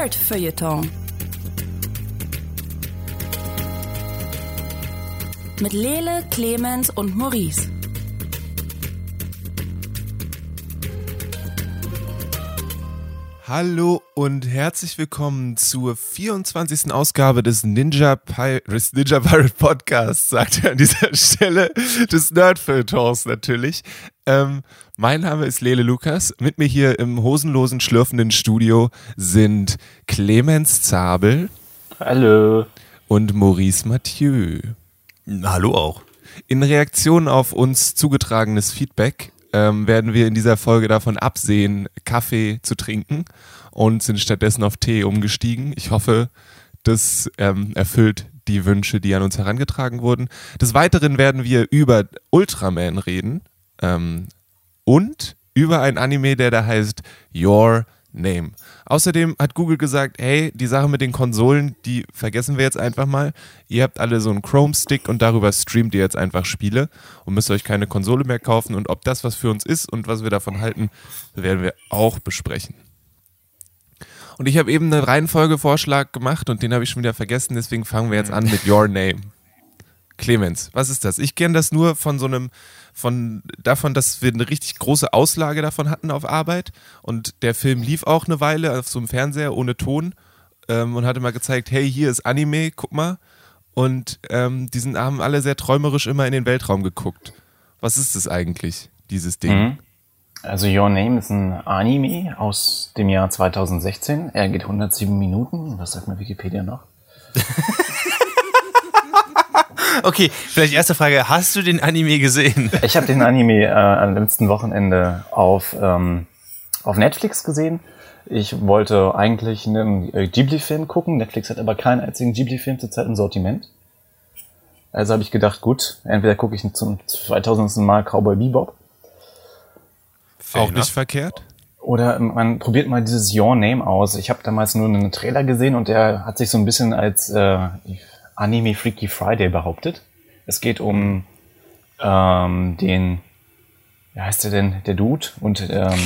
Nerd-Feuilleton. Mit Lele, Clemens und Maurice. Hallo und herzlich willkommen zur 24. Ausgabe des Ninja Pirate Podcasts, sagt er an dieser Stelle, des Nerd-Feuilletons natürlich. Mein Name ist Lele Lukas. Mit mir hier im hosenlosen, schlürfenden Studio sind Clemens Zabel. Hallo. Und Maurice Mathieu. Hallo auch. In Reaktion auf uns zugetragenes Feedback werden wir in dieser Folge davon absehen, Kaffee zu trinken und sind stattdessen auf Tee umgestiegen. Ich hoffe, das erfüllt die Wünsche, die an uns herangetragen wurden. Des Weiteren werden wir über Ultraman reden und über ein Anime, der da heißt Your Name. Außerdem hat Google gesagt, hey, die Sache mit den Konsolen, die vergessen wir jetzt einfach mal. Ihr habt alle so einen Chrome-Stick und darüber streamt ihr jetzt einfach Spiele und müsst euch keine Konsole mehr kaufen. Und ob das was für uns ist und was wir davon halten, werden wir auch besprechen. Und ich habe eben einen Reihenfolgevorschlag gemacht und den habe ich schon wieder vergessen, deswegen fangen wir jetzt an mit Your Name. Clemens, was ist das? Ich kenne das nur davon, dass wir eine richtig große Auslage davon hatten auf Arbeit und der Film lief auch eine Weile auf so einem Fernseher ohne Ton und hatte mal gezeigt, hey, hier ist Anime, guck mal. Und haben alle sehr träumerisch immer in den Weltraum geguckt. Was ist das eigentlich, dieses Ding? Also Your Name ist ein Anime aus dem Jahr 2016. Er geht 107 Minuten. Was sagt mir Wikipedia noch? Okay, vielleicht erste Frage. Hast du den Anime gesehen? Ich habe den Anime am letzten Wochenende auf Netflix gesehen. Ich wollte eigentlich einen Ghibli-Film gucken. Netflix hat aber keinen einzigen Ghibli-Film zurzeit im Sortiment. Also habe ich gedacht, gut, entweder gucke ich zum 2000. Mal Cowboy Bebop. Auch nicht verkehrt. Oder man probiert mal dieses Your Name aus. Ich habe damals nur einen Trailer gesehen und der hat sich so ein bisschen als Anime Freaky Friday behauptet. Es geht um den, wie heißt der denn, der Dude und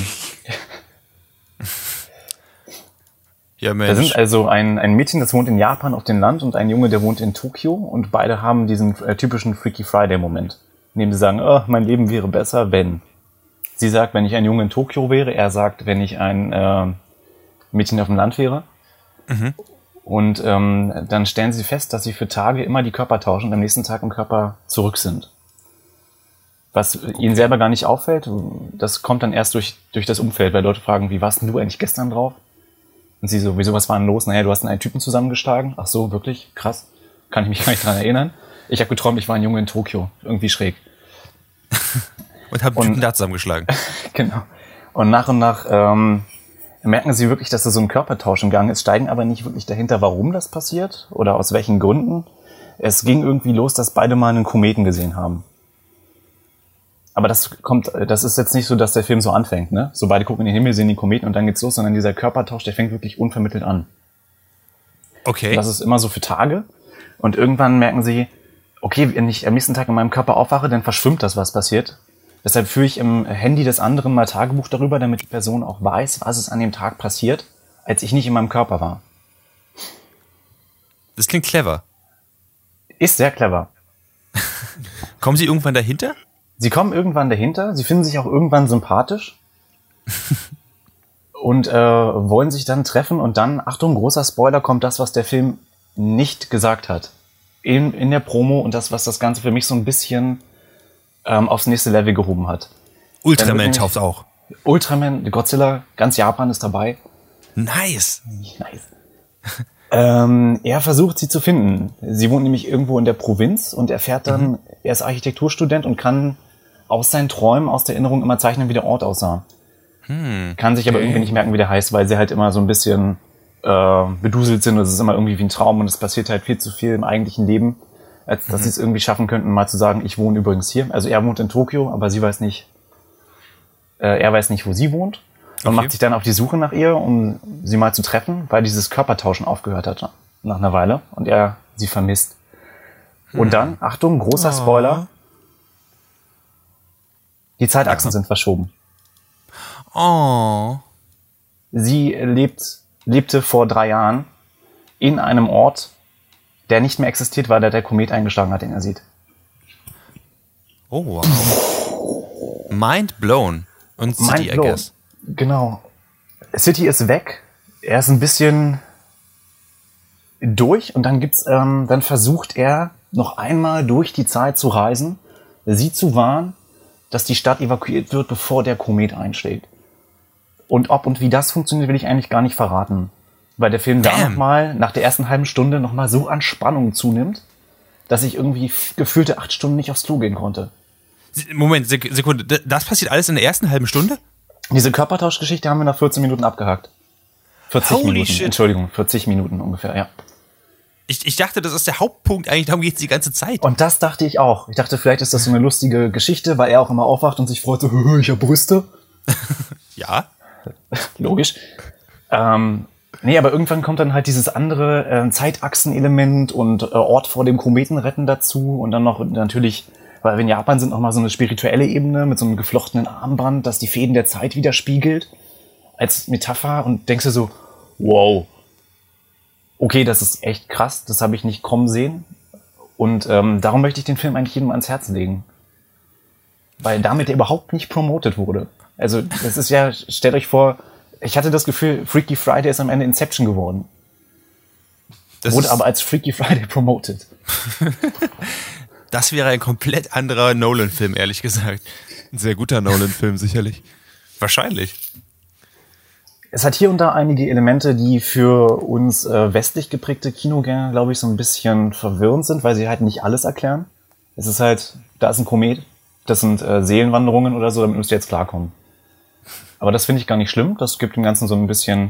ja, Mensch. Da sind also ein Mädchen, das wohnt in Japan auf dem Land und ein Junge, der wohnt in Tokio und beide haben diesen typischen Freaky Friday Moment, in dem sie sagen, oh, mein Leben wäre besser, wenn. Sie sagt, wenn ich ein Junge in Tokio wäre, er sagt, wenn ich ein Mädchen auf dem Land wäre. Mhm. Und dann stellen sie fest, dass sie für Tage immer die Körper tauschen und am nächsten Tag im Körper zurück sind. Was ihnen selber gar nicht auffällt, das kommt dann erst durch das Umfeld, weil Leute fragen, wie warst denn du eigentlich gestern drauf? Und sie so, wieso, was war denn los? Naja, du hast einen Typen zusammengeschlagen. Ach so, wirklich? Krass. Kann ich mich gar nicht dran erinnern. Ich habe geträumt, ich war ein Junge in Tokio. Irgendwie schräg. Und haben Typen da zusammengeschlagen. Genau. Und nach merken sie wirklich, dass da so ein Körpertausch im Gang ist, steigen aber nicht wirklich dahinter, warum das passiert oder aus welchen Gründen. Es ging irgendwie los, dass beide mal einen Kometen gesehen haben. Aber das ist jetzt nicht so, dass der Film so anfängt, ne? So beide gucken in den Himmel, sehen die Kometen und dann geht's los, sondern dieser Körpertausch, der fängt wirklich unvermittelt an. Okay. Und das ist immer so für Tage und irgendwann merken sie, okay, wenn ich am nächsten Tag in meinem Körper aufwache, dann verschwimmt das, was passiert. Deshalb führe ich im Handy des anderen mal Tagebuch darüber, damit die Person auch weiß, was ist an dem Tag passiert, als ich nicht in meinem Körper war. Das klingt clever. Ist sehr clever. Kommen Sie irgendwann dahinter? Sie kommen irgendwann dahinter, sie finden sich auch irgendwann sympathisch und wollen sich dann treffen und dann, Achtung, großer Spoiler, kommt das, was der Film nicht gesagt hat. In der Promo und das, was das Ganze für mich so ein bisschen aufs nächste Level gehoben hat. Ultraman taucht auch. Ultraman, Godzilla, ganz Japan ist dabei. Nice. Er versucht, sie zu finden. Sie wohnt nämlich irgendwo in der Provinz und er fährt dann, er ist Architekturstudent und kann aus seinen Träumen, aus der Erinnerung immer zeichnen, wie der Ort aussah. Kann sich aber irgendwie nicht merken, wie der heißt, weil sie halt immer so ein bisschen beduselt sind und es ist immer irgendwie wie ein Traum und es passiert halt viel zu viel im eigentlichen Leben, als dass sie es irgendwie schaffen könnten, mal zu sagen, ich wohne übrigens hier. Also er wohnt in Tokio, aber sie weiß nicht, er weiß nicht, wo sie wohnt. Und macht sich dann auf die Suche nach ihr, um sie mal zu treffen, weil dieses Körpertauschen aufgehört hat nach einer Weile und er sie vermisst. Und dann, Achtung, großer Spoiler, die Zeitachsen sind verschoben. Oh. Sie lebt lebte vor 3 Jahren in einem Ort, der nicht mehr existiert, weil da der Komet eingeschlagen hat, den er sieht. Oh, wow. Mind blown. Und City, I guess. Genau. City ist weg. Er ist ein bisschen durch und dann versucht er noch einmal durch die Zeit zu reisen, sie zu warnen, dass die Stadt evakuiert wird, bevor der Komet einschlägt. Und ob und wie das funktioniert, will ich eigentlich gar nicht verraten. Weil der Film da nochmal, nach der ersten halben Stunde, nochmal so an Spannung zunimmt, dass ich irgendwie gefühlte 8 Stunden nicht aufs Klo gehen konnte. Moment, Sekunde. Das passiert alles in der ersten halben Stunde? Diese Körpertauschgeschichte haben wir nach 14 Minuten abgehakt. 40 Holy Minuten, shit. Entschuldigung, 40 Minuten ungefähr, ja. Ich dachte, das ist der Hauptpunkt. Eigentlich darum geht es die ganze Zeit. Und das dachte ich auch. Ich dachte, vielleicht ist das so eine lustige Geschichte, weil er auch immer aufwacht und sich freut, so, ich hab Brüste. Ja. Logisch. Nee, aber irgendwann kommt dann halt dieses andere Zeitachsenelement und Ort vor dem Kometen retten dazu und dann noch natürlich, weil wir in Japan sind, noch mal so eine spirituelle Ebene mit so einem geflochtenen Armband, das die Fäden der Zeit widerspiegelt als Metapher und denkst du so, wow, okay, das ist echt krass, das habe ich nicht kommen sehen und darum möchte ich den Film eigentlich jedem ans Herz legen, weil damit der überhaupt nicht promotet wurde. Also das ist ja, stellt euch vor, ich hatte das Gefühl, Freaky Friday ist am Ende Inception geworden. Wurde aber als Freaky Friday promoted. Das wäre ein komplett anderer Nolan-Film, ehrlich gesagt. Ein sehr guter Nolan-Film, sicherlich. Wahrscheinlich. Es hat hier und da einige Elemente, die für uns westlich geprägte Kinogänger, glaube ich, so ein bisschen verwirrend sind, weil sie halt nicht alles erklären. Es ist halt, da ist ein Komet, das sind Seelenwanderungen oder so, damit müsst ihr jetzt klarkommen. Aber das finde ich gar nicht schlimm. Das gibt dem Ganzen so ein bisschen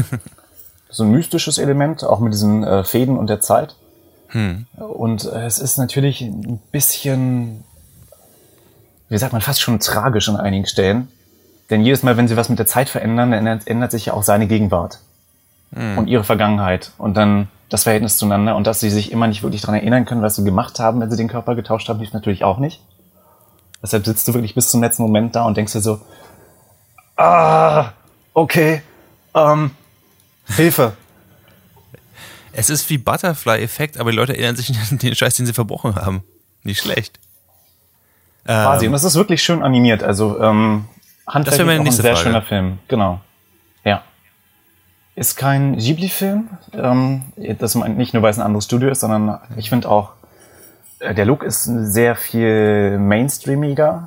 so ein mystisches Element, auch mit diesen Fäden und der Zeit. Und es ist natürlich ein bisschen, wie sagt man, fast schon tragisch an einigen Stellen. Denn jedes Mal, wenn sie was mit der Zeit verändern, dann ändert sich ja auch seine Gegenwart und ihre Vergangenheit. Und dann das Verhältnis zueinander. Und dass sie sich immer nicht wirklich daran erinnern können, was sie gemacht haben, wenn sie den Körper getauscht haben, hilft natürlich auch nicht. Deshalb sitzt du wirklich bis zum letzten Moment da und denkst dir so, okay, Hilfe. Es ist wie Butterfly-Effekt, aber die Leute erinnern sich an den Scheiß, den sie verbrochen haben. Nicht schlecht. Quasi. Und das ist wirklich schön animiert. Also handwerklich auch ein sehr schöner Film. Genau. Ja. Ist kein Ghibli-Film. Das nicht nur, weil es ein anderes Studio ist, sondern ich finde auch, der Look ist sehr viel mainstreamiger.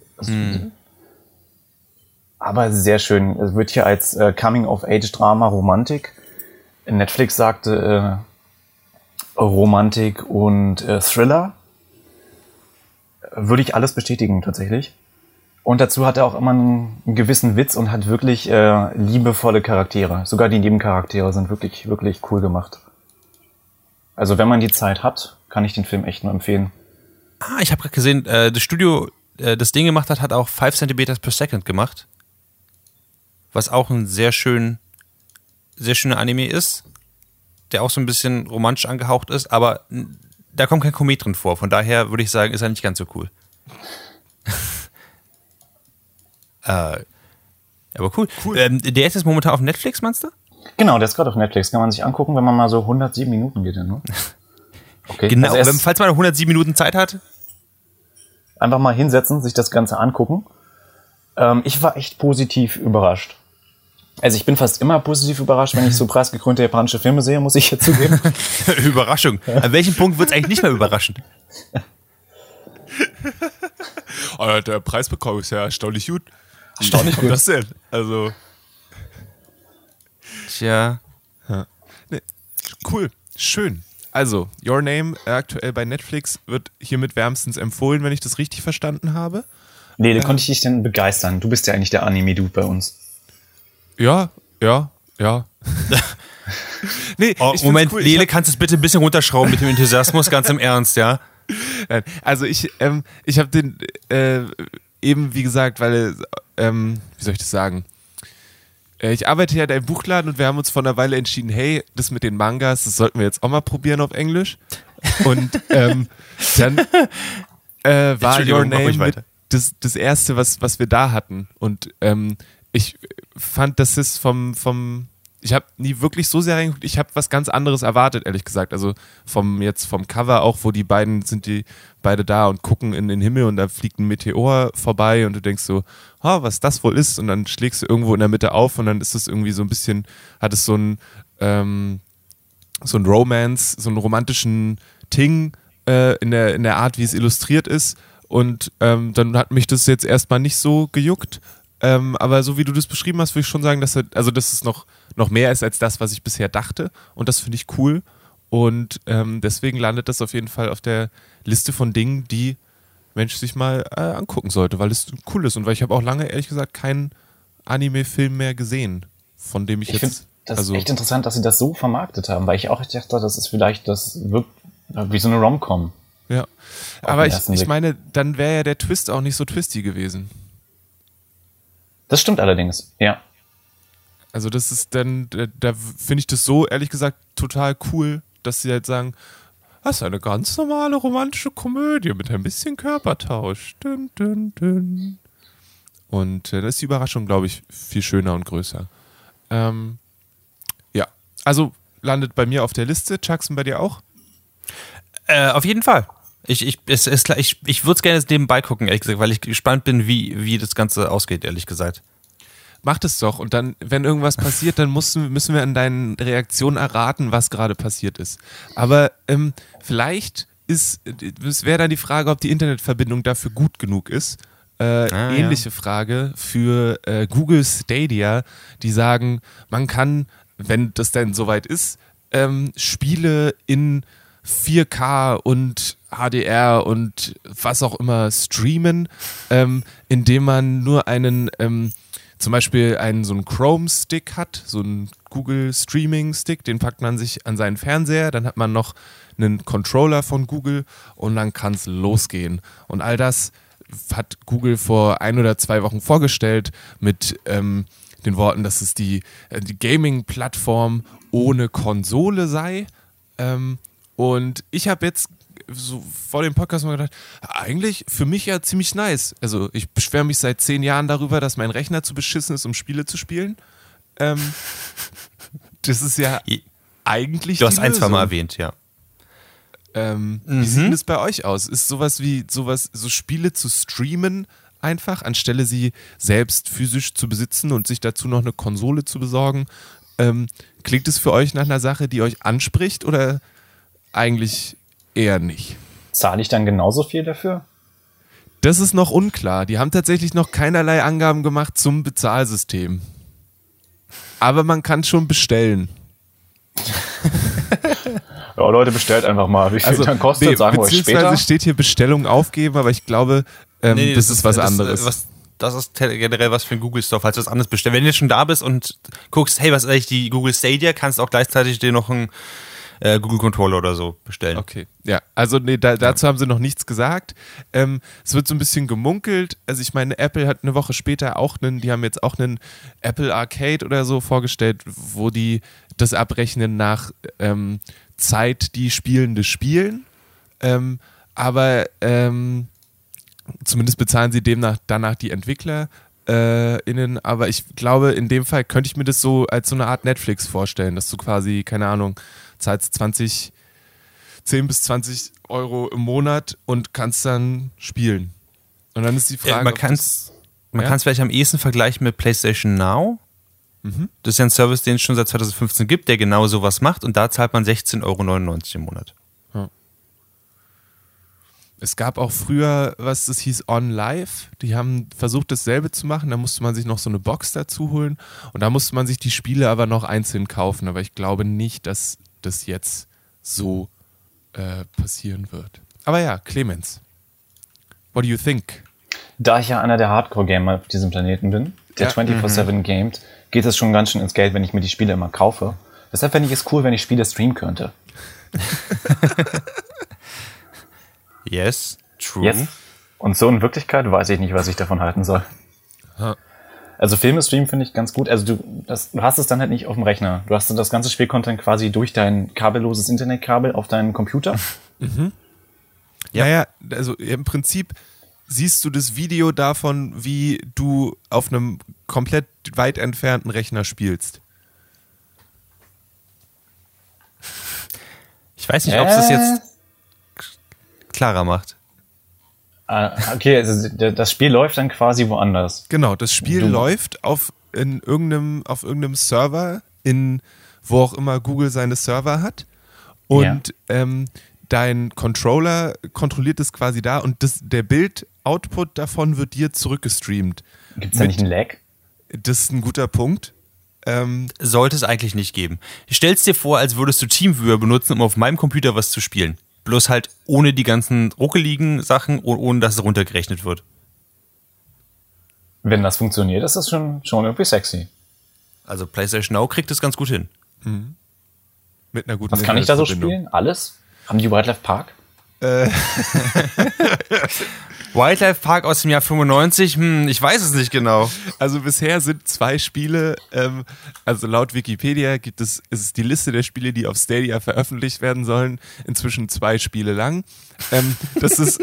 Aber sehr schön. Es wird hier als Coming-of-Age-Drama Romantik. Netflix sagte Romantik und Thriller. Würde ich alles bestätigen, tatsächlich. Und dazu hat er auch immer einen gewissen Witz und hat wirklich liebevolle Charaktere. Sogar die Nebencharaktere sind wirklich, wirklich cool gemacht. Also wenn man die Zeit hat, kann ich den Film echt nur empfehlen. Ich habe gerade gesehen, das Studio, das Ding gemacht hat, hat auch 5 cm per second gemacht. Was auch ein sehr schöner Anime ist, der auch so ein bisschen romantisch angehaucht ist, aber da kommt kein Komet drin vor. Von daher würde ich sagen, ist er nicht ganz so cool. Aber cool. Der ist jetzt momentan auf Netflix, meinst du? Genau, der ist gerade auf Netflix. Kann man sich angucken, wenn man mal so 107 Minuten geht. Ne? Okay. Genau, also falls man 107 Minuten Zeit hat. Einfach mal hinsetzen, sich das Ganze angucken. Ich war echt positiv überrascht. Also ich bin fast immer positiv überrascht, wenn ich so preisgekrönte japanische Filme sehe, muss ich ja zugeben. Überraschung. An welchem Punkt wird es eigentlich nicht mehr überraschend? Der Preisbekommen ist ja erstaunlich gut. Erstaunlich gut. Was denn? Also. Tja. Ja. Nee. Cool. Schön. Also, Your Name, aktuell bei Netflix, wird hiermit wärmstens empfohlen, wenn ich das richtig verstanden habe. Lele, konnte ich dich denn begeistern? Du bist ja eigentlich der Anime-Dude bei uns. Ja. Nee, Moment, cool. Lele, kannst du es bitte ein bisschen runterschrauben mit dem Enthusiasmus, ganz im Ernst, ja? Also ich habe den eben, wie gesagt, weil, wie soll ich das sagen? Ich arbeite ja in einem Buchladen und wir haben uns vor einer Weile entschieden, hey, das mit den Mangas, das sollten wir jetzt auch mal probieren auf Englisch. Und dann war Your Name mit das erste, was wir da hatten. Und ich fand, das ist vom ich habe nie wirklich so sehr reingeguckt. Ich habe was ganz anderes erwartet, ehrlich gesagt. Also vom Cover auch, wo die beide da und gucken in den Himmel und da fliegt ein Meteor vorbei und du denkst so, was das wohl ist, und dann schlägst du irgendwo in der Mitte auf und dann ist es irgendwie so ein bisschen, hat es so ein Romance, so einen romantischen Ting in der Art, wie es illustriert ist, und dann hat mich das jetzt erstmal nicht so gejuckt. Aber so wie du das beschrieben hast, würde ich schon sagen, dass es noch mehr ist als das, was ich bisher dachte, und das finde ich cool, und deswegen landet das auf jeden Fall auf der Liste von Dingen, die Mensch sich mal angucken sollte, weil es cool ist und weil ich habe auch lange, ehrlich gesagt, keinen Anime-Film mehr gesehen, von dem ich jetzt... Das ist echt interessant, dass sie das so vermarktet haben, weil ich auch dachte, das ist vielleicht, das wirkt wie so eine Rom-Com. Ja, aber ich meine, dann wäre ja der Twist auch nicht so twisty gewesen. Das stimmt allerdings, ja. Also das ist dann, da finde ich das so, ehrlich gesagt, total cool, dass sie halt sagen, das ist eine ganz normale romantische Komödie mit ein bisschen Körpertausch. Dün, dün, dün. Und da ist die Überraschung, glaube ich, viel schöner und größer. Ja, also landet bei mir auf der Liste. Jackson, bei dir auch? Auf jeden Fall. Ich würde es gerne nebenbei gucken, ehrlich gesagt, weil ich gespannt bin, wie das Ganze ausgeht, ehrlich gesagt. Mach es doch, und dann, wenn irgendwas passiert, dann müssen wir an deinen Reaktionen erraten, was gerade passiert ist. Aber vielleicht es wäre dann die Frage, ob die Internetverbindung dafür gut genug ist. Ähnliche Frage für Google Stadia, die sagen, man kann, wenn das denn soweit ist, Spiele in 4K und HDR und was auch immer streamen, indem man nur einen, zum Beispiel so einen Chrome-Stick hat, so einen Google-Streaming-Stick, den packt man sich an seinen Fernseher, dann hat man noch einen Controller von Google und dann kann es losgehen. Und all das hat Google vor 1 oder 2 Wochen vorgestellt mit den Worten, dass es die Gaming-Plattform ohne Konsole sei. Und ich habe jetzt so vor dem Podcast mal gedacht, eigentlich für mich ja ziemlich nice. Also ich beschwere mich seit 10 Jahren darüber, dass mein Rechner zu beschissen ist, um Spiele zu spielen. Das ist ja eigentlich Du hast ein, zwei Mal erwähnt, ja. Wie sieht denn das bei euch aus? Ist so Spiele zu streamen einfach, anstelle sie selbst physisch zu besitzen und sich dazu noch eine Konsole zu besorgen? Klingt es für euch nach einer Sache, die euch anspricht, oder eigentlich eher nicht? Zahle ich dann genauso viel dafür? Das ist noch unklar. Die haben tatsächlich noch keinerlei Angaben gemacht zum Bezahlsystem. Aber man kann schon bestellen. Ja, Leute, bestellt einfach mal. Wie viel dann kostet, sagen wir euch später. Beziehungsweise steht hier Bestellung aufgeben, aber ich glaube, das ist was anderes. Das ist generell was für ein Google Store, falls du was anderes bestellst. Wenn du jetzt schon da bist und guckst, hey, was ist eigentlich die Google Stadia, kannst du auch gleichzeitig dir noch einen Google Controller oder so bestellen. Okay, ja, also nee, dazu haben sie noch nichts gesagt. Es wird so ein bisschen gemunkelt. Also ich meine, Apple hat eine Woche später die haben jetzt auch einen Apple Arcade oder so vorgestellt, wo die das abrechnen nach Zeit, die Spielende spielen. Aber zumindest bezahlen sie danach die EntwicklerInnen. Aber ich glaube, in dem Fall könnte ich mir das so als so eine Art Netflix vorstellen, dass du quasi, keine Ahnung, zahlst 10 bis 20 Euro im Monat und kannst dann spielen. Und dann ist die Frage, man kann es vielleicht am ehesten vergleichen mit PlayStation Now. Das ist ja ein Service, den es schon seit 2015 gibt, der genau sowas macht, und da zahlt man 16,99 Euro im Monat. Ja. Es gab auch früher, das hieß OnLive, die haben versucht, dasselbe zu machen, da musste man sich noch so eine Box dazu holen und da musste man sich die Spiele aber noch einzeln kaufen, aber ich glaube nicht, dass das jetzt so passieren wird. Aber ja, Clemens, what do you think? Da ich ja einer der Hardcore-Gamer auf diesem Planeten bin, der 24/7 gamet, geht es schon ganz schön ins Geld, wenn ich mir die Spiele immer kaufe. Deshalb fände ich es cool, wenn ich Spiele streamen könnte. Yes, true. Yes. Und so in Wirklichkeit weiß ich nicht, was ich davon halten soll. Ha. Also Filme streamen finde ich ganz gut. Also du hast es dann halt nicht auf dem Rechner. Du hast das ganze Spielcontent quasi durch dein kabelloses Internetkabel auf deinen Computer. Ja. Naja, also im Prinzip siehst du das Video davon, wie du auf einem komplett weit entfernten Rechner spielst. Ich weiß nicht, ob es das jetzt klarer macht. Okay, also das Spiel läuft dann quasi woanders. Genau, das Spiel läuft auf irgendeinem Server, wo auch immer Google seine Server hat. Und dein Controller kontrolliert es quasi da und der Bild-Output davon wird dir zurückgestreamt. Gibt es da nicht einen Lag? Das ist ein guter Punkt. Sollte es eigentlich nicht geben. Stell's dir vor, als würdest du TeamViewer benutzen, um auf meinem Computer was zu spielen. Bloß halt ohne die ganzen ruckeligen Sachen und ohne, dass es runtergerechnet wird. Wenn das funktioniert, ist das schon irgendwie sexy. Also PlayStation Now kriegt das ganz gut hin. Mhm. Mit einer guten Was kann ich da so spielen? Alles? Haben die Wildlife Park? Wildlife Park aus dem Jahr 95? Ich weiß es nicht genau. Also bisher sind 2 Spiele, also laut Wikipedia ist es die Liste der Spiele, die auf Stadia veröffentlicht werden sollen, inzwischen 2 Spiele lang. Das ist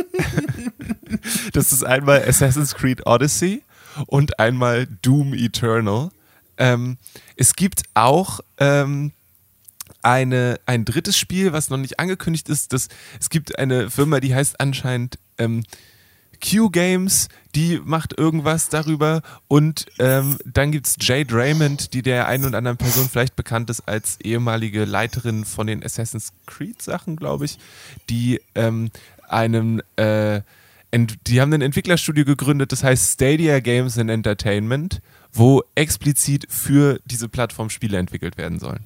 einmal Assassin's Creed Odyssey und einmal Doom Eternal. Es gibt auch ein drittes Spiel, was noch nicht angekündigt ist. Es gibt eine Firma, die heißt anscheinend Q-Games, die macht irgendwas darüber und dann gibt es Jade Raymond, die der einen oder anderen Person vielleicht bekannt ist als ehemalige Leiterin von den Assassin's Creed Sachen, glaube ich, die die haben ein Entwicklerstudio gegründet, das heißt Stadia Games and Entertainment, wo explizit für diese Plattform Spiele entwickelt werden sollen.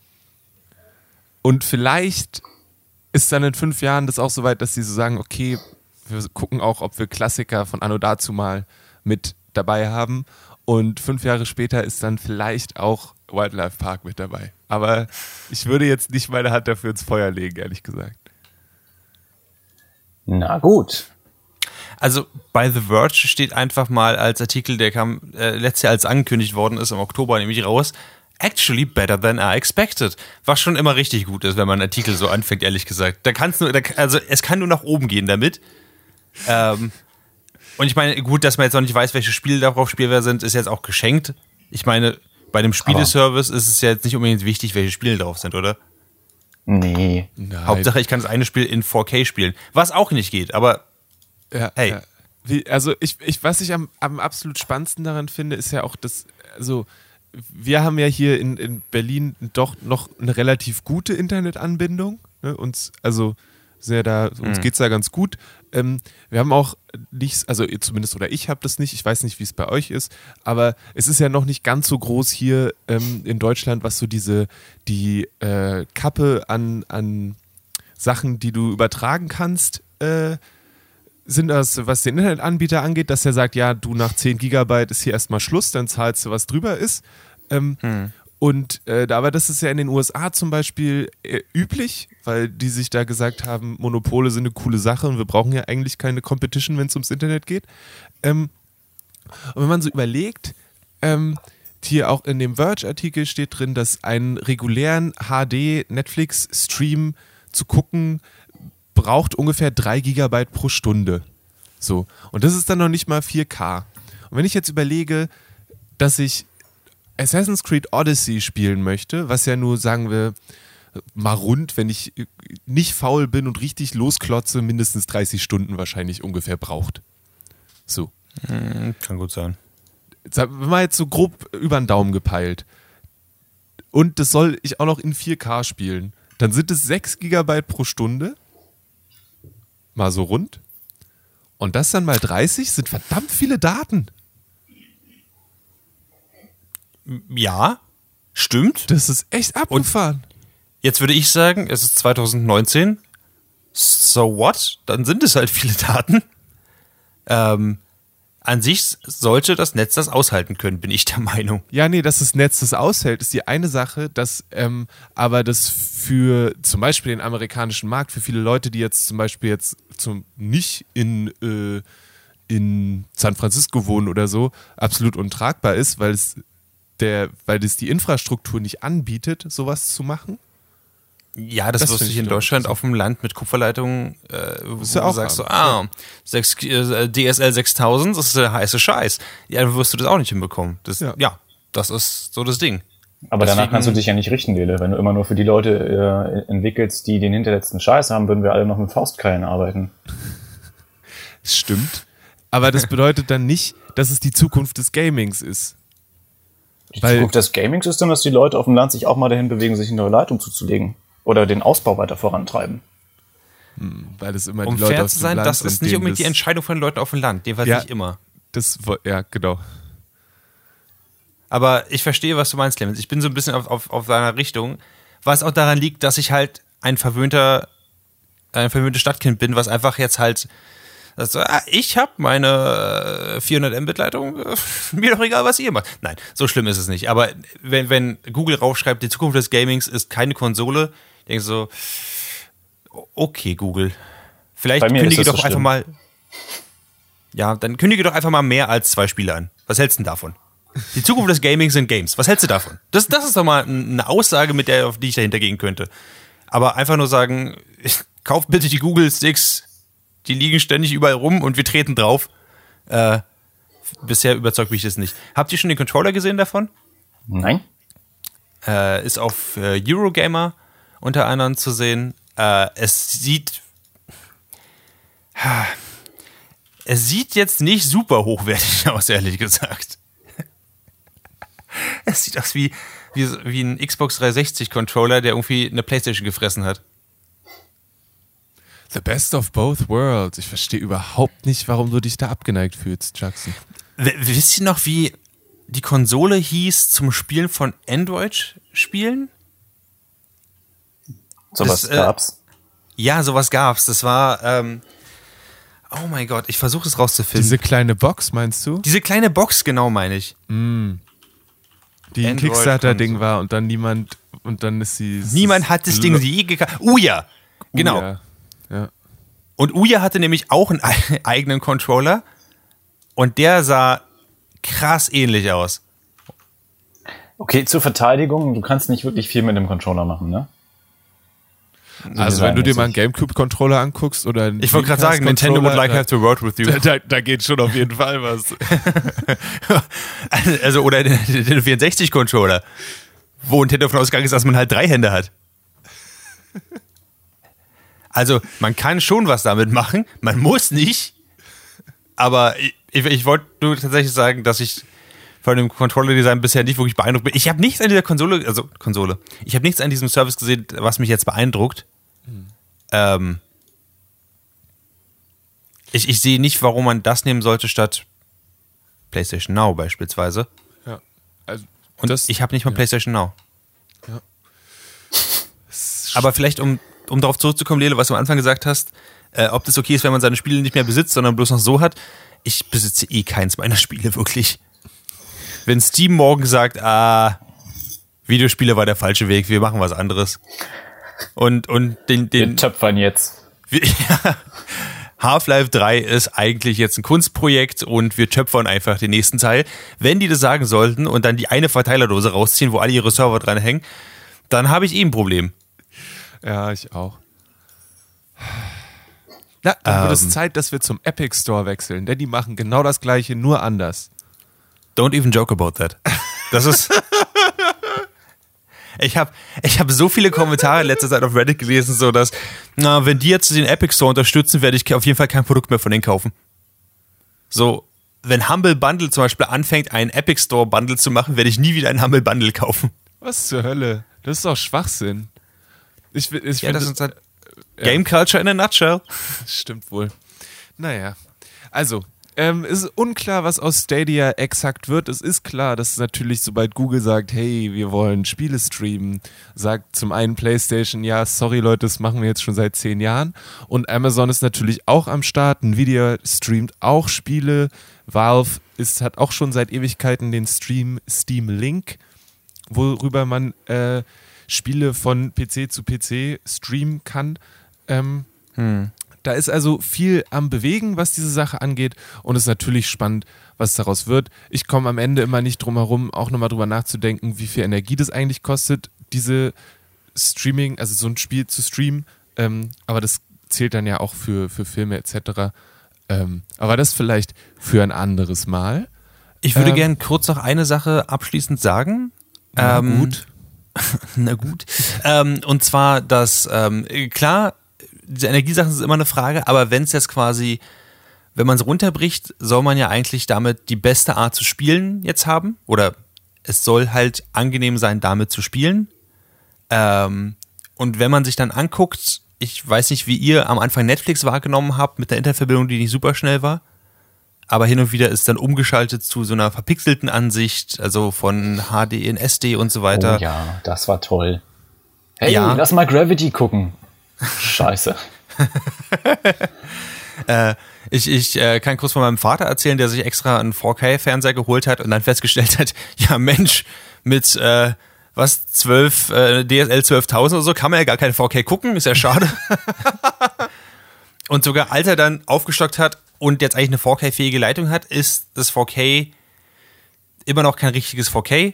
Und vielleicht ist dann in 5 Jahren das auch so weit, dass sie so sagen, okay, wir gucken auch, ob wir Klassiker von Anno dazumal mit dabei haben. Und 5 Jahre später ist dann vielleicht auch Wildlife Park mit dabei. Aber ich würde jetzt nicht meine Hand dafür ins Feuer legen, ehrlich gesagt. Na gut. Also bei The Verge steht einfach mal als Artikel, der kam letztes Jahr als angekündigt worden ist, im Oktober nämlich raus, actually better than I expected. Was schon immer richtig gut ist, wenn man einen Artikel so anfängt, ehrlich gesagt. Es kann nur nach oben gehen damit. Und ich meine, gut, dass man jetzt noch nicht weiß, welche Spiele darauf spielbar sind, ist jetzt auch geschenkt. Ich meine, bei dem Spieleservice ist es ja jetzt nicht unbedingt wichtig, welche Spiele drauf sind, oder? Nee. Nein. Hauptsache, ich kann das eine Spiel in 4K spielen. Was auch nicht geht, aber ja, hey. Ja. Was ich am absolut spannendsten daran finde, ist ja auch das, also wir haben ja hier in Berlin doch noch eine relativ gute Internetanbindung. Ne? Uns geht's da ganz gut. Wir haben auch nichts, also zumindest oder ich habe das nicht, ich weiß nicht, wie es bei euch ist, aber es ist ja noch nicht ganz so groß hier in Deutschland, was so die Kappe an Sachen, die du übertragen kannst, sind das, was den Internetanbieter angeht, dass er sagt, ja, du nach 10 Gigabyte ist hier erstmal Schluss, dann zahlst du, was drüber ist. Aber das ist ja in den USA zum Beispiel üblich, weil die sich da gesagt haben, Monopole sind eine coole Sache und wir brauchen ja eigentlich keine Competition, wenn es ums Internet geht. Und wenn man so überlegt, hier auch in dem Verge-Artikel steht drin, dass einen regulären HD-Netflix-Stream zu gucken, braucht ungefähr 3 Gigabyte pro Stunde. So. Und das ist dann noch nicht mal 4K. Und wenn ich jetzt überlege, dass ich Assassin's Creed Odyssey spielen möchte, was ja nur, sagen wir, mal rund, wenn ich nicht faul bin und richtig losklotze, mindestens 30 Stunden wahrscheinlich ungefähr braucht. So. Kann gut sein. Wenn man jetzt so grob über den Daumen gepeilt und das soll ich auch noch in 4K spielen, dann sind es 6 Gigabyte pro Stunde. Mal so rund. Und das dann mal 30 sind verdammt viele Daten. Ja, stimmt. Das ist echt abgefahren. Und jetzt würde ich sagen, es ist 2019. So what? Dann sind es halt viele Daten. An sich sollte das Netz das aushalten können, bin ich der Meinung. Ja, nee, dass das Netz das aushält, ist die eine Sache, dass aber das für zum Beispiel den amerikanischen Markt, für viele Leute, die jetzt zum Beispiel nicht in San Francisco wohnen oder so, absolut untragbar ist, weil es die Infrastruktur nicht anbietet, sowas zu machen. Ja, das wirst du hier in Deutschland auf dem Land mit Kupferleitungen, wo du sagst DSL 6000, das ist der heiße Scheiß. Ja, dann wirst du das auch nicht hinbekommen. Das ist so das Ding. Aber danach Deswegen- kannst du dich ja nicht richten, Lele. Wenn du immer nur für die Leute entwickelst, die den hinterletzten Scheiß haben, würden wir alle noch mit Faustkeilen arbeiten. Stimmt. Aber das bedeutet dann nicht, dass es die Zukunft des Gamings ist. Die Weil- Zukunft des Gamings ist dann, dass die Leute auf dem Land sich auch mal dahin bewegen, sich eine neue Leitung zuzulegen. Oder den Ausbau weiter vorantreiben. Weil es immer Um die Leute fair aus zu dem sein, Land das sind, ist nicht denen unbedingt die das- Entscheidung von den Leuten auf dem Land. Jedenfalls Ja. nicht immer. Ja, genau. Aber ich verstehe, was du meinst, Clemens. Ich bin so ein bisschen auf deiner Richtung, was auch daran liegt, dass ich halt ein verwöhntes Stadtkind bin, was einfach jetzt halt, also, ich habe meine 400 Mbit-Leitung, mir doch egal, was ihr macht. Nein, so schlimm ist es nicht. Aber wenn Google raufschreibt, die Zukunft des Gamings ist keine Konsole, denke ich so, okay, Google, vielleicht Bei mir kündige ist das doch so einfach schlimm. mal, ja, dann kündige doch einfach mal mehr als 2 Spiele an. Was hältst du denn davon? Die Zukunft des Gamings sind Games. Was hältst du davon? Das ist doch mal eine Aussage, auf die ich dahinter gehen könnte. Aber einfach nur sagen, kauft bitte die Google-Sticks, die liegen ständig überall rum und wir treten drauf. Bisher überzeugt mich das nicht. Habt ihr schon den Controller gesehen davon? Nein? Ist auf Eurogamer unter anderem zu sehen. Es sieht jetzt nicht super hochwertig aus, ehrlich gesagt. Es sieht aus wie ein Xbox 360-Controller, der irgendwie eine Playstation gefressen hat. The best of both worlds. Ich verstehe überhaupt nicht, warum du dich da abgeneigt fühlst, Jackson. Wisst ihr noch, wie die Konsole hieß zum Spielen von Android-Spielen? Sowas Das, gab's. Ja, sowas gab's. Das war, oh mein Gott, ich versuche es rauszufinden. Diese kleine Box, meinst du? Diese kleine Box, genau, meine ich. Die ein Android- Kickstarter-Ding war und dann dann ist sie... Niemand hat das Ding je gekauft. Ouya! Genau. Ja. Ja. Und Ouya hatte nämlich auch einen eigenen Controller und der sah krass ähnlich aus. Okay, zur Verteidigung, du kannst nicht wirklich viel mit dem Controller machen, ne? Also wenn du dir mal einen GameCube-Controller anguckst oder einen Ich wollte gerade sagen, Nintendo would like to have to work with you. Da geht schon auf jeden Fall was. Also, oder den 64-Controller, wo Nintendo davon ausgegangen ist, dass man halt 3 Hände hat. Also, man kann schon was damit machen, man muss nicht, aber ich wollte nur tatsächlich sagen, dass ich von dem Controller-Design bisher nicht wirklich beeindruckt bin. Ich habe nichts an dieser Konsole, ich habe nichts an diesem Service gesehen, was mich jetzt beeindruckt. Ich sehe nicht, warum man das nehmen sollte statt PlayStation Now beispielsweise. Ja. Also, Und ich habe nicht mal PlayStation Now. Ja. Aber vielleicht, um darauf zurückzukommen, Lele, was du am Anfang gesagt hast, ob das okay ist, wenn man seine Spiele nicht mehr besitzt, sondern bloß noch so hat. Ich besitze keins meiner Spiele wirklich. Wenn Steam morgen sagt, Videospiele war der falsche Weg, wir machen was anderes. Und Wir töpfern jetzt. Half-Life 3 ist eigentlich jetzt ein Kunstprojekt und wir töpfern einfach den nächsten Teil. Wenn die das sagen sollten und dann die eine Verteilerdose rausziehen, wo alle ihre Server dran hängen, dann habe ich ein Problem. Ja, ich auch. Na, dann wird es Zeit, dass wir zum Epic Store wechseln, denn die machen genau das Gleiche, nur anders. Don't even joke about that. Das ist... Ich hab so viele Kommentare in letzter Zeit auf Reddit gelesen, so dass, wenn die jetzt den Epic Store unterstützen, werde ich auf jeden Fall kein Produkt mehr von denen kaufen. So, wenn Humble Bundle zum Beispiel anfängt, einen Epic Store Bundle zu machen, werde ich nie wieder einen Humble Bundle kaufen. Was zur Hölle? Das ist doch Schwachsinn. Ich Ja, find, das ist halt Game Culture in a nutshell. Stimmt wohl. Naja, also, es ist unklar, was aus Stadia exakt wird. Es ist klar, dass natürlich, sobald Google sagt, hey, wir wollen Spiele streamen, sagt zum einen PlayStation, ja, sorry Leute, das machen wir jetzt schon seit 10 Jahren. Und Amazon ist natürlich auch am Start. Nvidia streamt auch Spiele. Valve hat auch schon seit Ewigkeiten den Steam Link, worüber man Spiele von PC zu PC streamen kann. Da ist also viel am Bewegen, was diese Sache angeht, und es ist natürlich spannend, was daraus wird. Ich komme am Ende immer nicht drum herum, auch nochmal drüber nachzudenken, wie viel Energie das eigentlich kostet, diese Streaming, also so ein Spiel zu streamen, aber das zählt dann ja auch für Filme etc. Aber das vielleicht für ein anderes Mal. Ich würde gerne kurz noch eine Sache abschließend sagen, Gut. Na gut. Und zwar, dass, klar, diese Energiesachen sind immer eine Frage, aber wenn es jetzt quasi, wenn man es runterbricht, soll man ja eigentlich damit die beste Art zu spielen jetzt haben. Oder es soll halt angenehm sein, damit zu spielen. Und wenn man sich dann anguckt, ich weiß nicht, wie ihr am Anfang Netflix wahrgenommen habt, mit der Internetverbindung, die nicht super schnell war. Aber hin und wieder ist dann umgeschaltet zu so einer verpixelten Ansicht, also von HD in SD und so weiter. Oh ja, das war toll. Hey, Ja. lass mal Gravity gucken. Scheiße. Ich kann kurz von meinem Vater erzählen, der sich extra einen 4K-Fernseher geholt hat und dann festgestellt hat, ja Mensch, mit 12 DSL 12.000 oder so kann man ja gar kein 4K gucken, ist ja schade. Und sogar als er dann aufgestockt hat und jetzt eigentlich eine 4K-fähige Leitung hat, ist das 4K immer noch kein richtiges 4K,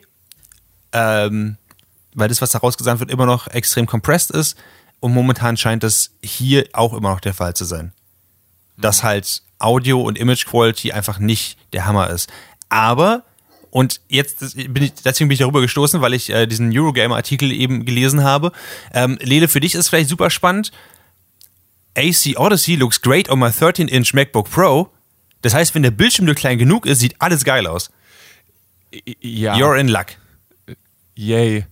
weil das, was da rausgesandt wird, immer noch extrem compressed ist und momentan scheint das hier auch immer noch der Fall zu sein. Dass halt Audio und Image Quality einfach nicht der Hammer ist. Aber, und jetzt deswegen bin ich darüber gestoßen, weil ich diesen Eurogamer-Artikel eben gelesen habe. Lele, für dich ist vielleicht super spannend. AC Odyssey looks great on my 13-inch MacBook Pro. Das heißt, wenn der Bildschirm nur klein genug ist, sieht alles geil aus. Ja. You're in luck. Yay.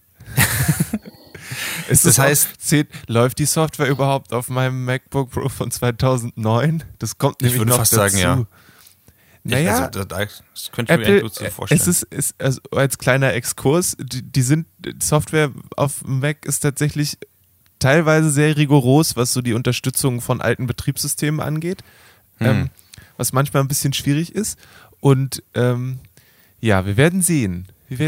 Das heißt, läuft die Software überhaupt auf meinem MacBook Pro von 2009? Das kommt nämlich würde noch fast dazu. sagen, ja. Naja, Also, das könnte ich mir Apple, echt gut so vorstellen. es ist also als kleiner Exkurs, die Software auf dem Mac ist tatsächlich teilweise sehr rigoros, was so die Unterstützung von alten Betriebssystemen angeht, was manchmal ein bisschen schwierig ist. Und ja, wir werden sehen.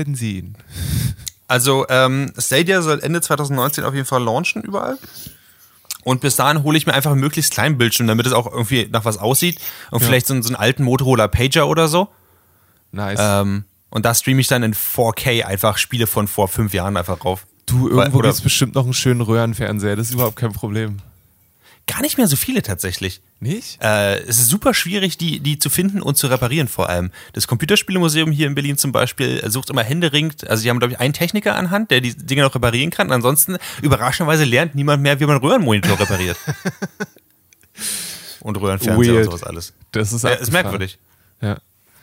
Also Stadia soll Ende 2019 auf jeden Fall launchen überall. Und bis dahin hole ich mir einfach einen möglichst kleinen Bildschirm, damit es auch irgendwie nach was aussieht. Und vielleicht so einen alten Motorola Pager oder so. Nice. Und da streame ich dann in 4K einfach Spiele von vor 5 Jahren einfach rauf. Du, irgendwo gibt es bestimmt noch einen schönen Röhrenfernseher, das ist überhaupt kein Problem. Gar nicht mehr so viele tatsächlich. Nicht? Es ist super schwierig, die zu finden und zu reparieren vor allem. Das Computerspielemuseum hier in Berlin zum Beispiel sucht immer händeringend, also die haben, glaube ich, einen Techniker an Hand, der die Dinge noch reparieren kann. Und ansonsten, überraschenderweise, lernt niemand mehr, wie man einen Röhrenmonitor repariert. Und Röhrenfernseher und sowas alles. Das ist merkwürdig. Ja.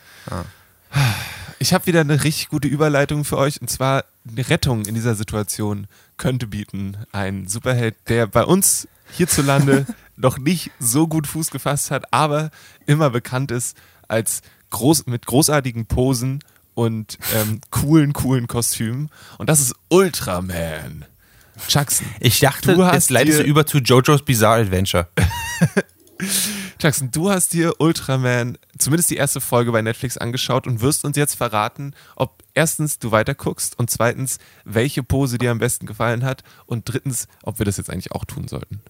Ich habe wieder eine richtig gute Überleitung für euch, und zwar eine Rettung in dieser Situation könnte bieten ein Superheld, der bei uns hierzulande noch nicht so gut Fuß gefasst hat, aber immer bekannt ist als mit großartigen Posen und coolen Kostümen. Und das ist Ultraman. Jackson. Ich dachte, jetzt leitest du über zu JoJo's Bizarre Adventure. Jackson, du hast dir Ultraman, zumindest die erste Folge bei Netflix angeschaut und wirst uns jetzt verraten, ob erstens du weiterguckst und zweitens, welche Pose dir am besten gefallen hat und drittens, ob wir das jetzt eigentlich auch tun sollten.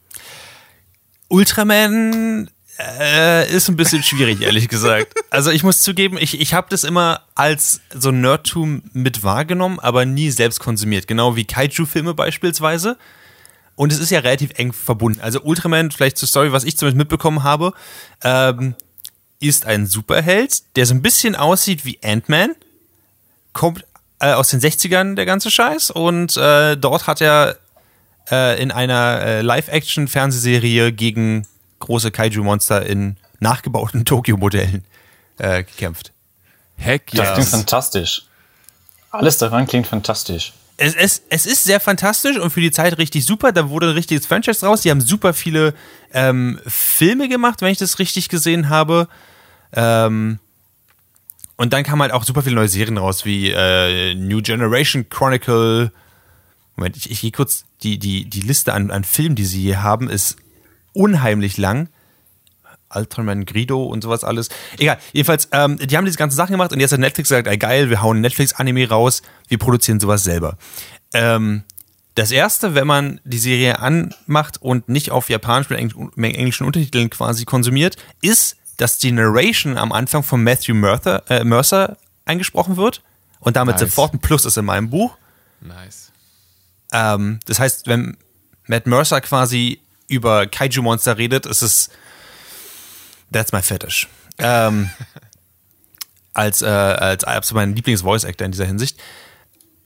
Ultraman ist ein bisschen schwierig, ehrlich gesagt. Also ich muss zugeben, ich habe das immer als so Nerdtum mit wahrgenommen, aber nie selbst konsumiert. Genau wie Kaiju-Filme beispielsweise. Und es ist ja relativ eng verbunden. Also Ultraman, vielleicht zur Story, was ich zumindest mitbekommen habe, ist ein Superheld, der so ein bisschen aussieht wie Ant-Man. Kommt aus den 60ern, der ganze Scheiß. Und dort hat er in einer Live-Action-Fernsehserie gegen große Kaiju-Monster in nachgebauten Tokyo-Modellen gekämpft. Heck, Das klingt fantastisch. Alles daran klingt fantastisch. Es ist sehr fantastisch und für die Zeit richtig super. Da wurde ein richtiges Franchise draus. Die haben super viele Filme gemacht, wenn ich das richtig gesehen habe. Und dann kamen halt auch super viele neue Serien raus, wie New Generation Chronicle. Moment, ich gehe kurz. Die Liste an Filmen, die sie hier haben, ist unheimlich lang. Ultraman Grido und sowas alles. Egal, jedenfalls, die haben diese ganzen Sachen gemacht und jetzt hat Netflix gesagt, ey geil, wir hauen Netflix-Anime raus, wir produzieren sowas selber. Das erste, wenn man die Serie anmacht und nicht auf Japanisch mit englischen Untertiteln quasi konsumiert, ist, dass die Narration am Anfang von Matthew Mercer eingesprochen wird und damit sofort ein Plus ist in meinem Buch. Nice. Das heißt, wenn Matt Mercer quasi über Kaiju-Monster redet, ist es that's my fetish. Als absolut mein Lieblings-Voice-Actor in dieser Hinsicht.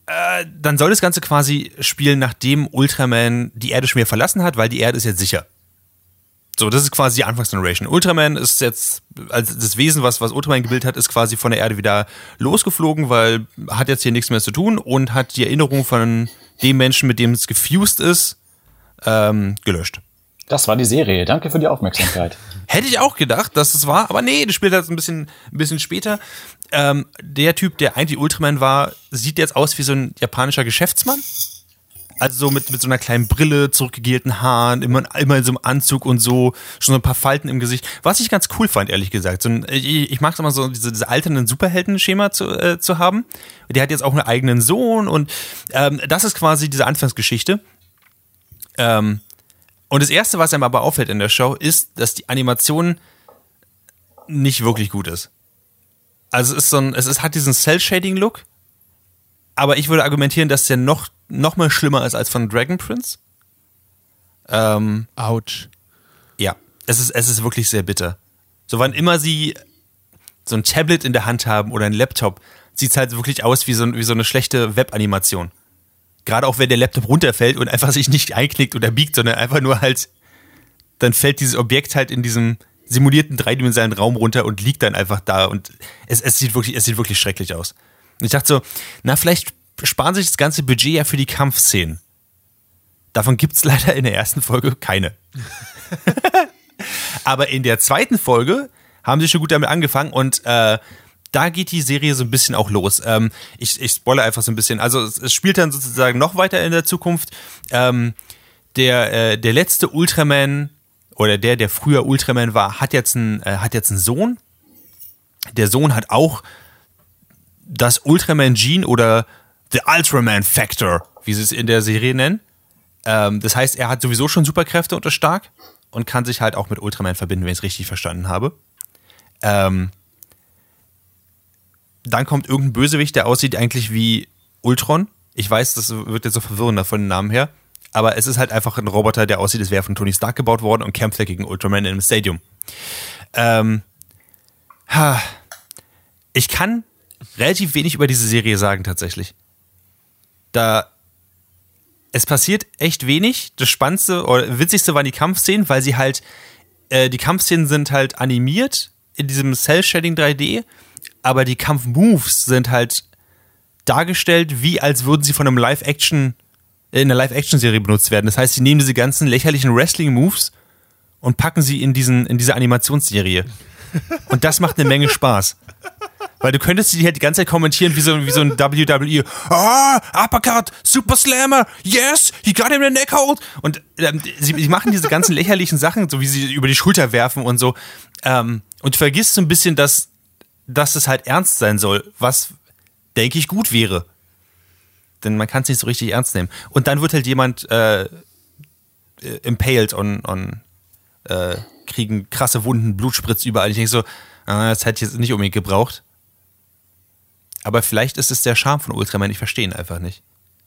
Dann soll das Ganze quasi spielen, nachdem Ultraman die Erde schon wieder verlassen hat, weil die Erde ist jetzt sicher. So, das ist quasi die Anfangsgeneration. Ultraman ist jetzt, also das Wesen, was Ultraman gebildet hat, ist quasi von der Erde wieder losgeflogen, weil hat jetzt hier nichts mehr zu tun und hat die Erinnerung von dem Menschen, mit dem es gefused ist, gelöscht. Das war die Serie. Danke für die Aufmerksamkeit. Hätte ich auch gedacht, dass es war, aber nee, das spielt halt ein bisschen später. Der Typ, der eigentlich Ultraman war, sieht jetzt aus wie so ein japanischer Geschäftsmann. Also so mit so einer kleinen Brille, zurückgegelten Haaren, immer in so einem Anzug und so, schon so ein paar Falten im Gesicht. Was ich ganz cool fand, ehrlich gesagt. Ich mag es immer so, diese alternden Superhelden-Schema zu haben. Der hat jetzt auch einen eigenen Sohn und das ist quasi diese Anfangsgeschichte. Und das Erste, was einem aber auffällt in der Show, ist, dass die Animation nicht wirklich gut ist. Also es hat diesen Cell-Shading-Look, aber ich würde argumentieren, dass der noch mal schlimmer ist als von Dragon Prince. Autsch. Ja, es ist wirklich sehr bitter. So, wann immer sie so ein Tablet in der Hand haben oder einen Laptop, sieht es halt wirklich aus wie so eine schlechte Web-Animation. Gerade auch wenn der Laptop runterfällt und einfach sich nicht einknickt oder biegt, sondern einfach nur halt, dann fällt dieses Objekt halt in diesem simulierten dreidimensionalen Raum runter und liegt dann einfach da und es sieht wirklich schrecklich aus. Und ich dachte so, na, vielleicht sparen sich das ganze Budget ja für die Kampfszenen. Davon gibt's leider in der ersten Folge keine. Aber in der zweiten Folge haben sie schon gut damit angefangen und da geht die Serie so ein bisschen auch los. Ich spoilere einfach so ein bisschen. Also es spielt dann sozusagen noch weiter in der Zukunft. Der letzte Ultraman oder der früher Ultraman war, hat jetzt einen Sohn. Der Sohn hat auch das Ultraman-Gene oder The Ultraman Factor, wie sie es in der Serie nennen. Das heißt, er hat sowieso schon Superkräfte und ist stark und kann sich halt auch mit Ultraman verbinden, wenn ich es richtig verstanden habe. Dann kommt irgendein Bösewicht, der aussieht eigentlich wie Ultron. Ich weiß, das wird jetzt so verwirrender von den Namen her. Aber es ist halt einfach ein Roboter, der aussieht, als wäre von Tony Stark gebaut worden und kämpft ja gegen Ultraman in einem Stadium. Ich kann relativ wenig über diese Serie sagen, tatsächlich. Es passiert echt wenig. Das Spannendste oder Witzigste waren die Kampfszenen, weil sie halt, die Kampfszenen sind halt animiert in diesem Cell-Shading 3D, aber die Kampfmoves sind halt dargestellt, wie als würden sie von einem in einer Live-Action-Serie benutzt werden. Das heißt, sie nehmen diese ganzen lächerlichen Wrestling-Moves und packen sie in diese Animationsserie. Und das macht eine Menge Spaß. Weil du könntest die halt die ganze Zeit kommentieren wie so ein WWE. Uppercut, Super Slammer, yes, he got him in the neck hold. Und sie machen diese ganzen lächerlichen Sachen, so wie sie über die Schulter werfen und so. Und du vergisst so ein bisschen, dass es halt ernst sein soll, was, denke ich, gut wäre. Denn man kann es nicht so richtig ernst nehmen. Und dann wird halt jemand impaled und kriegen krasse Wunden, Blut spritzt überall. Ich denke so, das hätte ich jetzt nicht unbedingt gebraucht. Aber vielleicht ist es der Charme von Ultraman, ich verstehe ihn einfach nicht.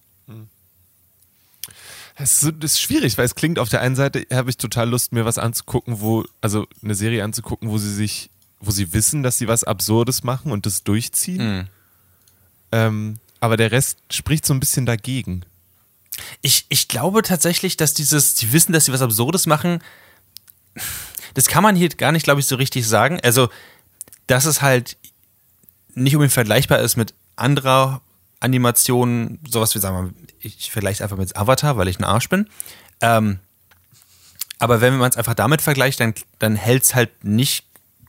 Das ist schwierig, weil es klingt, auf der einen Seite habe ich total Lust, mir was anzugucken, eine Serie anzugucken, wo sie wissen, dass sie was Absurdes machen und das durchziehen. Aber der Rest spricht so ein bisschen dagegen. Ich glaube tatsächlich, dass die wissen, dass sie was Absurdes machen, das kann man hier gar nicht, glaube ich, so richtig sagen. Also, dass es halt nicht unbedingt vergleichbar ist mit anderer Animation, sowas wie, sagen wir mal, ich vergleiche es einfach mit Avatar, weil ich ein Arsch bin. Aber wenn man es einfach damit vergleicht, dann hält es halt nicht,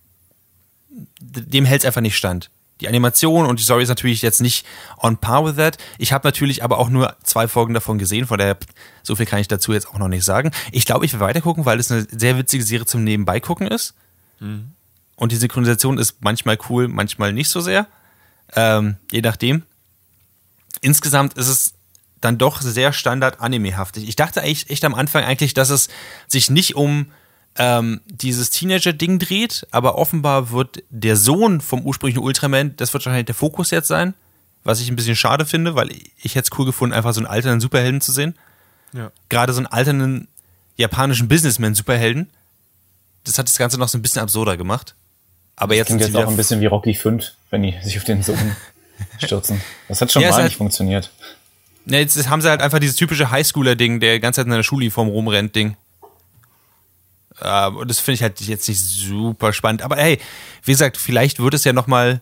dem hält es einfach nicht stand. Die Animation und die Story ist natürlich jetzt nicht on par with that. Ich habe natürlich aber auch nur 2 Folgen davon gesehen, von daher so viel kann ich dazu jetzt auch noch nicht sagen. Ich glaube, ich will weitergucken, weil es eine sehr witzige Serie zum Nebenbei-Gucken ist. Mhm. Und die Synchronisation ist manchmal cool, manchmal nicht so sehr. Je nachdem. Insgesamt ist es dann doch sehr Standard-Anime-haftig. Ich dachte echt am Anfang eigentlich, dass es sich nicht um dieses Teenager-Ding dreht, aber offenbar wird der Sohn vom ursprünglichen Ultraman, das wird wahrscheinlich der Fokus jetzt sein, was ich ein bisschen schade finde, weil ich hätte es cool gefunden, einfach so einen alternden Superhelden zu sehen. Ja. Gerade so einen alternden japanischen Businessman-Superhelden. Das hat das Ganze noch so ein bisschen absurder gemacht. Aber das klingt jetzt auch ein bisschen wie Rocky 5, wenn die sich auf den Sohn stürzen. Das hat schon Ja, mal ist nicht halt- funktioniert. Ja, jetzt haben sie halt einfach dieses typische Highschooler-Ding, der die ganze Zeit in einer Schuluniform rumrennt-Ding. Und das finde ich halt jetzt nicht super spannend. Aber hey, wie gesagt, vielleicht wird es ja noch mal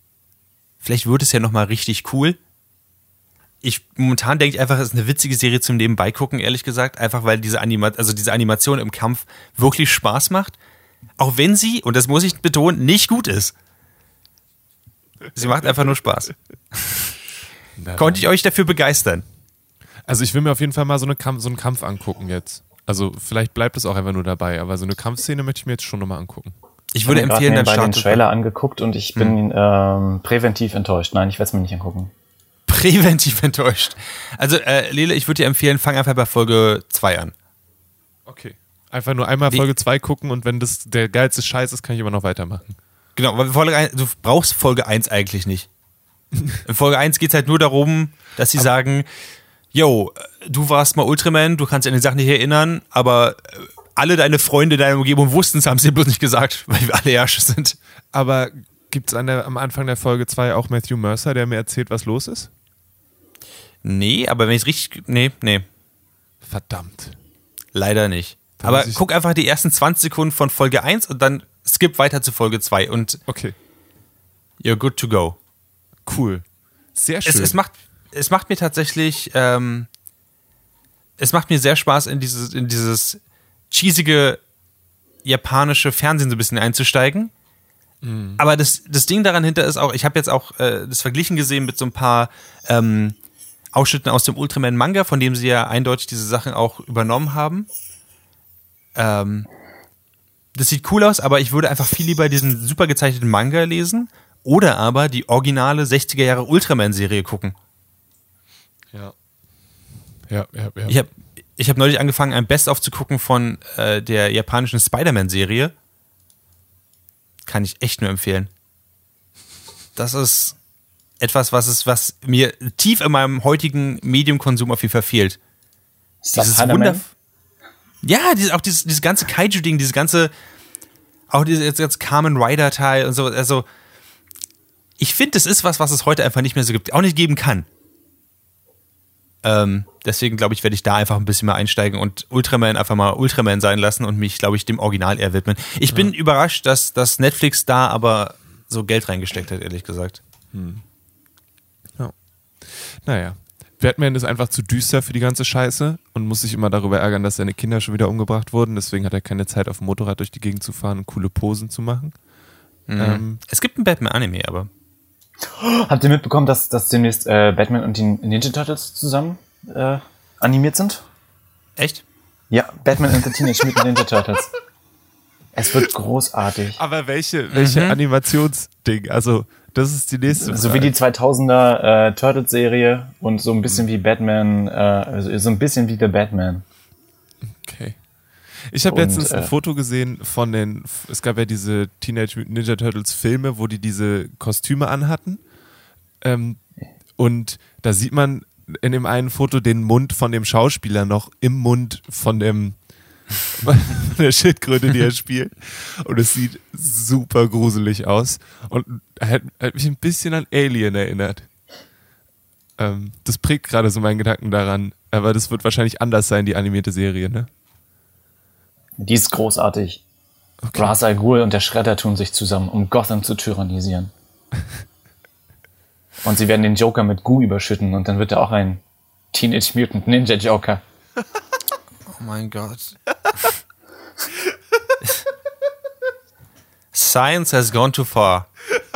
richtig cool. Momentan denke ich einfach, es ist eine witzige Serie zum Nebenbei gucken, ehrlich gesagt. Einfach weil diese Animation im Kampf wirklich Spaß macht. Auch wenn sie, und das muss ich betonen, nicht gut ist. Sie macht einfach nur Spaß. Konnte ich euch dafür begeistern? Also ich will mir auf jeden Fall mal so einen Kampf angucken jetzt. Also vielleicht bleibt es auch einfach nur dabei, aber so eine Kampfszene möchte ich mir jetzt schon nochmal angucken. Ich würde habe mir empfehlen, dann gerade den startet Trailer angeguckt und ich bin präventiv enttäuscht. Nein, ich werde es mir nicht angucken. präventiv enttäuscht. Also, Lele, ich würde dir empfehlen, fang einfach bei Folge 2 an. Okay. Einfach nur einmal Folge 2 gucken und wenn das der geilste Scheiß ist, kann ich immer noch weitermachen. Genau, weil Folge 1, du brauchst Folge 1 eigentlich nicht. In Folge 1 geht es halt nur darum, dass sie sagen, yo, du warst mal Ultraman, du kannst dich an die Sachen nicht erinnern, aber alle deine Freunde in deiner Umgebung wussten es, haben sie bloß nicht gesagt, weil wir alle Ärsche sind. Aber gibt es am Anfang der Folge 2 auch Matthew Mercer, der mir erzählt, was los ist? Nee, aber wenn ich es richtig... Nee, Verdammt. leider nicht. Da Aber muss ich- guck einfach die ersten 20 Sekunden von Folge 1 und dann skip weiter zu Folge 2 und Okay, you're good to go. cool. Sehr schön. Es macht mir tatsächlich, es macht mir sehr Spaß, in dieses cheesige japanische Fernsehen so ein bisschen einzusteigen. Aber das Ding daran hinter ist auch, ich habe jetzt auch das verglichen gesehen mit so ein paar Ausschnitten aus dem Ultraman-Manga, von dem sie ja eindeutig diese Sachen auch übernommen haben. Das sieht cool aus, aber ich würde einfach viel lieber diesen super gezeichneten Manga lesen oder aber die originale 60er Jahre Ultraman-Serie gucken. Ja. Ich hab neulich angefangen, ein Best-of zu gucken von der japanischen Spider-Man-Serie. Kann ich echt nur empfehlen. Das ist etwas, was mir tief in meinem heutigen Mediumkonsum auf jeden Fall fehlt. Ist das Spider-Man? Ja, dieses ganze Kaiju-Ding, dieses ganze Kamen Rider-Teil und so. Also, ich finde, das ist was es heute einfach nicht mehr so gibt, auch nicht geben kann. Deswegen, glaube ich, werde ich da einfach ein bisschen mehr einsteigen und Ultraman einfach mal Ultraman sein lassen und mich, glaube ich, dem Original eher widmen. Ich bin überrascht, dass Netflix da aber so Geld reingesteckt hat, ehrlich gesagt. Ja. Naja. Batman ist einfach zu düster für die ganze Scheiße und muss sich immer darüber ärgern, dass seine Kinder schon wieder umgebracht wurden. Deswegen hat er keine Zeit, auf dem Motorrad durch die Gegend zu fahren und coole Posen zu machen. Es gibt ein Batman-Anime, aber Habt ihr mitbekommen, dass demnächst Batman und die Ninja Turtles zusammen animiert sind? echt? Ja, Batman and the Teenage Mutant Ninja Turtles. Es wird großartig. Aber welche Animationsding? Also, das ist die nächste Frage. So wie die 2000er Turtles-Serie und so ein bisschen wie Batman, also so ein bisschen wie The Batman. Okay. Ich habe Und, letztens ein Foto gesehen von es gab ja diese Teenage Mutant Ninja Turtles Filme, wo die diese Kostüme anhatten. Und da sieht man in dem einen Foto den Mund von dem Schauspieler noch im Mund von der Schildkröte, die er spielt. Und es sieht super gruselig aus. Und hat mich ein bisschen an Alien erinnert. Das prägt gerade so meinen Gedanken daran. Aber das wird wahrscheinlich anders sein, die animierte Serie, ne? Die ist großartig. Ra's al Ghul und der Shredder tun sich zusammen, um Gotham zu tyrannisieren. Und sie werden den Joker mit Goo überschütten und dann wird er auch ein Teenage Mutant Ninja Joker. Oh mein Gott. Science has gone too far.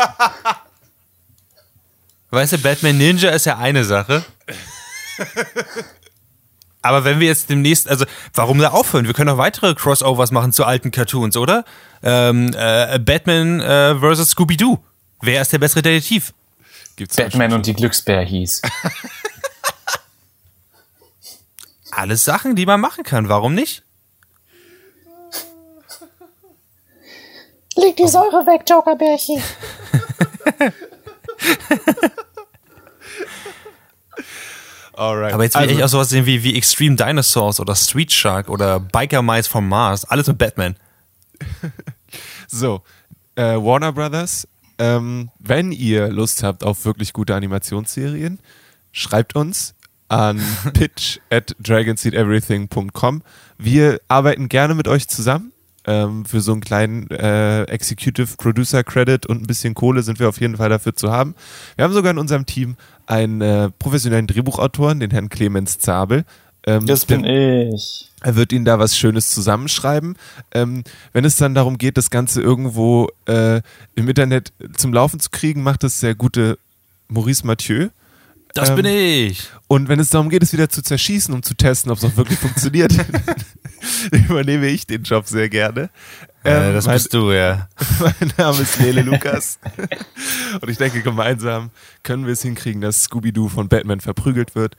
Weißt du, Batman Ninja ist ja eine Sache. Aber wenn wir jetzt demnächst, also warum da aufhören? Wir können auch weitere Crossovers machen zu alten Cartoons, oder? Batman vs. Scooby-Doo. Wer ist der bessere Detektiv? Gibt's Batman und die Glücksbär hieß. Alles Sachen, die man machen kann. Warum nicht? Leg die Säure weg, Jokerbärchen. Alright. Aber jetzt will ich auch sowas sehen wie Extreme Dinosaurs oder Street Shark oder Biker Mice from Mars. Alles mit Batman. So, Warner Brothers Wenn ihr Lust habt auf wirklich gute Animationsserien, schreibt uns an pitch@dragonseedeverything.com. Wir arbeiten gerne mit euch zusammen. Für so einen kleinen Executive Producer Credit und ein bisschen Kohle sind wir auf jeden Fall dafür zu haben. Wir haben sogar in unserem Team einen professionellen Drehbuchautoren, den Herrn Clemens Zabel. Das bin ich. Er wird Ihnen da was Schönes zusammenschreiben. Wenn es dann darum geht, das Ganze irgendwo im Internet zum Laufen zu kriegen, macht das der gute Maurice Mathieu. Das bin ich. Und wenn es darum geht, es wieder zu zerschießen, um zu testen, ob es auch wirklich funktioniert, übernehme ich den Job sehr gerne. Das bist du, ja. Mein Name ist Lele Lukas. Und ich denke, gemeinsam können wir es hinkriegen, dass Scooby-Doo von Batman verprügelt wird.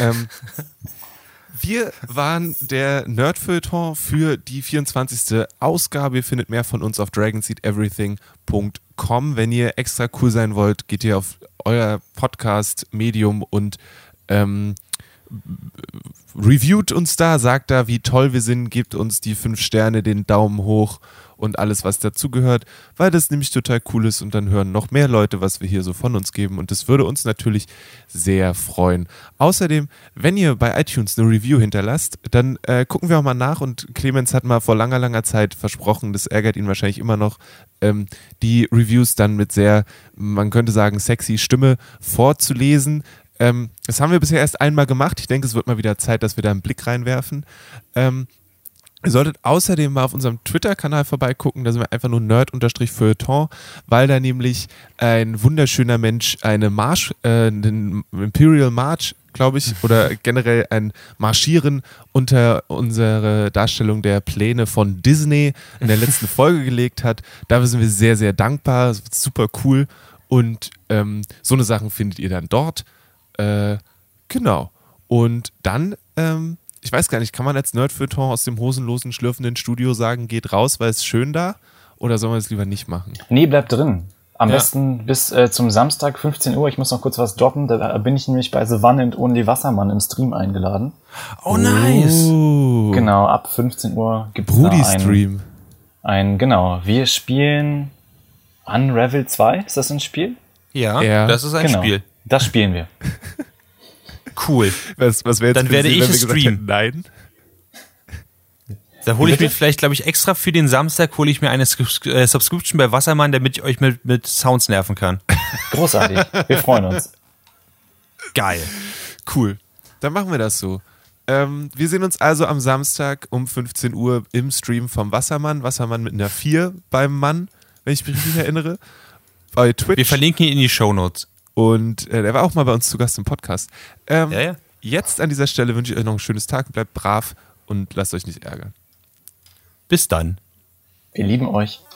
Wir waren der Nerdfeuilleton für die 24. Ausgabe. Ihr findet mehr von uns auf dragonseedeverything.com. Wenn ihr extra cool sein wollt, geht ihr auf euer Podcast-Medium und reviewt uns da, sagt da, wie toll wir sind, gebt uns die 5 Sterne, den Daumen hoch und alles, was dazugehört, weil das nämlich total cool ist und dann hören noch mehr Leute, was wir hier so von uns geben und das würde uns natürlich sehr freuen. Außerdem, wenn ihr bei iTunes eine Review hinterlasst, dann gucken wir auch mal nach und Clemens hat mal vor langer Zeit versprochen, das ärgert ihn wahrscheinlich immer noch, die Reviews dann mit sehr, man könnte sagen, sexy Stimme vorzulesen. Das haben wir bisher erst einmal gemacht. Ich denke, es wird mal wieder Zeit, dass wir da einen Blick reinwerfen. Ihr solltet außerdem mal auf unserem Twitter-Kanal vorbeigucken. Da sind wir einfach nur Nerd-Feuilleton, weil da nämlich ein wunderschöner Mensch einen Imperial March, glaube ich, oder generell ein Marschieren unter unsere Darstellung der Pläne von Disney in der letzten Folge gelegt hat. Dafür sind wir sehr, sehr dankbar. Das wird super cool. Und so eine Sachen findet ihr dann dort. Genau. Und dann, ich weiß gar nicht, kann man als Nerdfeuilleton aus dem hosenlosen, schlürfenden Studio sagen, geht raus, weil es schön da? Oder sollen wir es lieber nicht machen? Nee, bleibt drin. Am besten bis zum Samstag 15 Uhr. Ich muss noch kurz was droppen. Da bin ich nämlich bei The One and Only Wassermann im Stream eingeladen. Oh, nice. Genau, ab 15 Uhr gibt es Brudi-Stream. Genau. Wir spielen Unravel 2. Ist das ein Spiel? Ja, das ist ein Spiel. Das spielen wir. Cool. Was wäre jetzt Dann werde ich wenn wir es gesagt streamen. hätten, nein? Da hole ich mir vielleicht, glaube ich, extra für den Samstag hole ich mir eine Subscription bei Wassermann, damit ich euch mit Sounds nerven kann. Großartig. Wir freuen uns. Geil. Cool. Dann machen wir das so. Wir sehen uns also am Samstag um 15 Uhr im Stream vom Wassermann. Wassermann mit einer 4 beim Mann, wenn ich mich richtig erinnere. Bei Twitch. Wir verlinken ihn in die Shownotes. Und der war auch mal bei uns zu Gast im Podcast. Ja. Jetzt an dieser Stelle wünsche ich euch noch einen schönes Tag. Bleibt brav und lasst euch nicht ärgern. Bis dann. Wir lieben euch.